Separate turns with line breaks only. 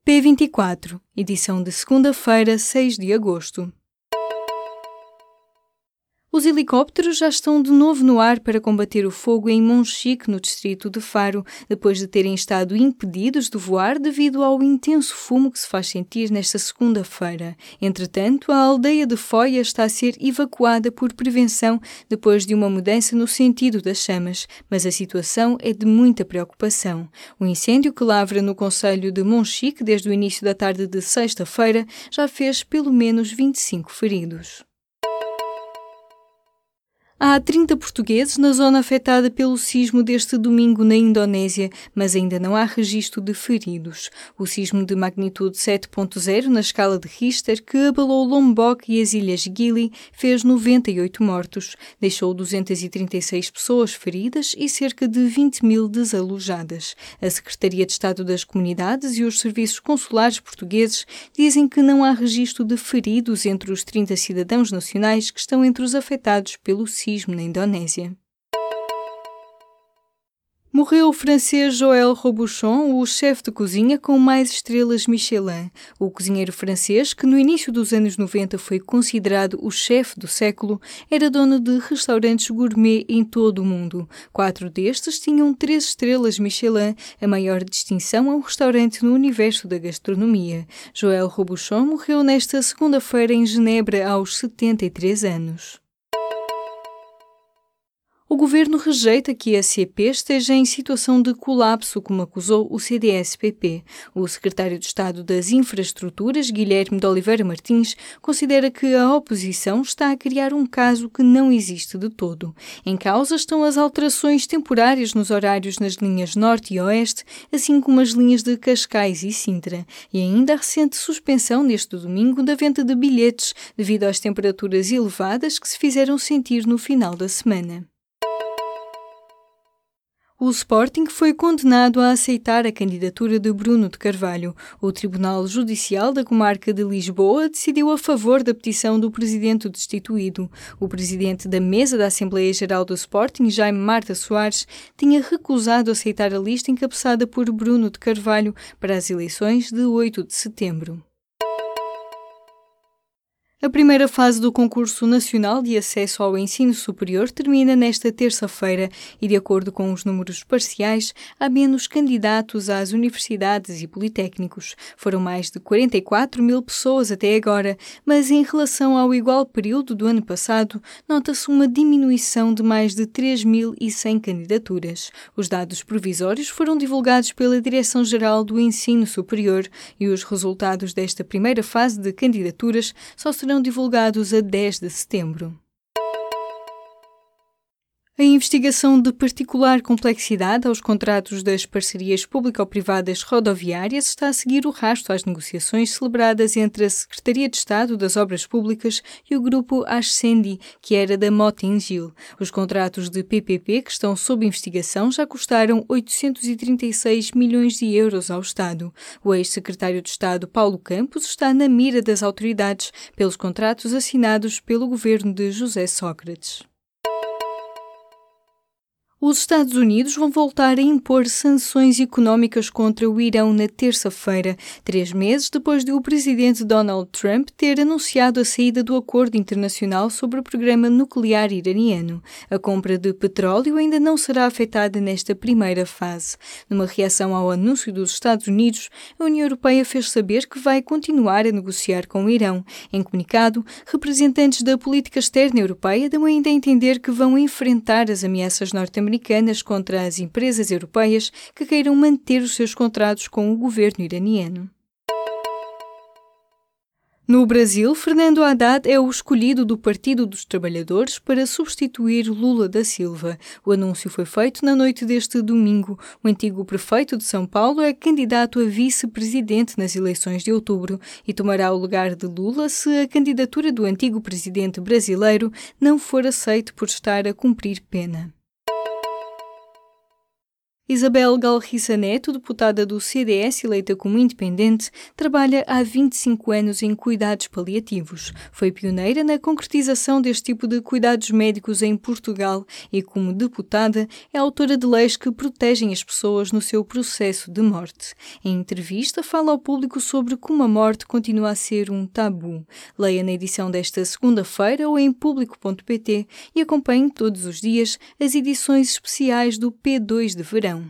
P24, edição de segunda-feira, 6 de agosto. Os helicópteros já estão de novo no ar para combater o fogo em Monchique, no distrito de Faro, depois de terem estado impedidos de voar devido ao intenso fumo que se faz sentir nesta segunda-feira. Entretanto, a aldeia de Foia está a ser evacuada por prevenção depois de uma mudança no sentido das chamas, mas a situação é de muita preocupação. O incêndio que lavra no concelho de Monchique desde o início da tarde de sexta-feira já fez pelo menos 25 feridos. Há 30 portugueses na zona afetada pelo sismo deste domingo na Indonésia, mas ainda não há registro de feridos. O sismo de magnitude 7.0 na escala de Richter, que abalou Lombok e as ilhas Gili, fez 98 mortos, deixou 236 pessoas feridas e cerca de 20 mil desalojadas. A Secretaria de Estado das Comunidades e os serviços consulares portugueses dizem que não há registro de feridos entre os 30 cidadãos nacionais que estão entre os afetados pelo sismo na Indonésia. Morreu o francês Joël Robuchon, o chefe de cozinha com mais estrelas Michelin. O cozinheiro francês, que no início dos anos 90 foi considerado o chefe do século, era dono de restaurantes gourmet em todo o mundo. 4 destes tinham 3 estrelas Michelin, a maior distinção a um restaurante no universo da gastronomia. Joël Robuchon morreu nesta segunda-feira em Genebra aos 73 anos. O governo rejeita que a CP esteja em situação de colapso, como acusou o CDS-PP. O secretário de Estado das Infraestruturas, Guilherme de Oliveira Martins, considera que a oposição está a criar um caso que não existe de todo. Em causa estão as alterações temporárias nos horários nas linhas Norte e Oeste, assim como as linhas de Cascais e Sintra, e ainda a recente suspensão neste domingo da venda de bilhetes devido às temperaturas elevadas que se fizeram sentir no final da semana. O Sporting foi condenado a aceitar a candidatura de Bruno de Carvalho. O Tribunal Judicial da Comarca de Lisboa decidiu a favor da petição do presidente destituído. O presidente da mesa da Assembleia Geral do Sporting, Jaime Marta Soares, tinha recusado aceitar a lista encabeçada por Bruno de Carvalho para as eleições de 8 de setembro. A primeira fase do Concurso Nacional de Acesso ao Ensino Superior termina nesta terça-feira e, de acordo com os números parciais, há menos candidatos às universidades e politécnicos. Foram mais de 44 mil pessoas até agora, mas em relação ao igual período do ano passado, nota-se uma diminuição de mais de 3.100 candidaturas. Os dados provisórios foram divulgados pela Direção-Geral do Ensino Superior e os resultados desta primeira fase de candidaturas só serão divulgados a 10 de setembro. A investigação de particular complexidade aos contratos das parcerias público-privadas rodoviárias está a seguir o rastro às negociações celebradas entre a Secretaria de Estado das Obras Públicas e o grupo Ascendi, que era da Mota-Engil. Os contratos de PPP que estão sob investigação já custaram 836 milhões de euros ao Estado. O ex-secretário de Estado, Paulo Campos, está na mira das autoridades pelos contratos assinados pelo governo de José Sócrates. Os Estados Unidos vão voltar a impor sanções económicas contra o Irão na terça-feira, 3 meses depois de o presidente Donald Trump ter anunciado a saída do acordo internacional sobre o programa nuclear iraniano. A compra de petróleo ainda não será afetada nesta primeira fase. Numa reação ao anúncio dos Estados Unidos, a União Europeia fez saber que vai continuar a negociar com o Irão. Em comunicado, representantes da política externa europeia dão ainda a entender que vão enfrentar as ameaças norte-americanas contra as empresas europeias que queiram manter os seus contratos com o governo iraniano. No Brasil, Fernando Haddad é o escolhido do Partido dos Trabalhadores para substituir Lula da Silva. O anúncio foi feito na noite deste domingo. O antigo prefeito de São Paulo é candidato a vice-presidente nas eleições de outubro e tomará o lugar de Lula se a candidatura do antigo presidente brasileiro não for aceita por estar a cumprir pena. Isabel Galriça Neto, deputada do CDS eleita como independente, trabalha há 25 anos em cuidados paliativos. Foi pioneira na concretização deste tipo de cuidados médicos em Portugal e, como deputada, é autora de leis que protegem as pessoas no seu processo de morte. Em entrevista, fala ao público sobre como a morte continua a ser um tabu. Leia na edição desta segunda-feira ou em público.pt e acompanhe todos os dias as edições especiais do P2 de verão.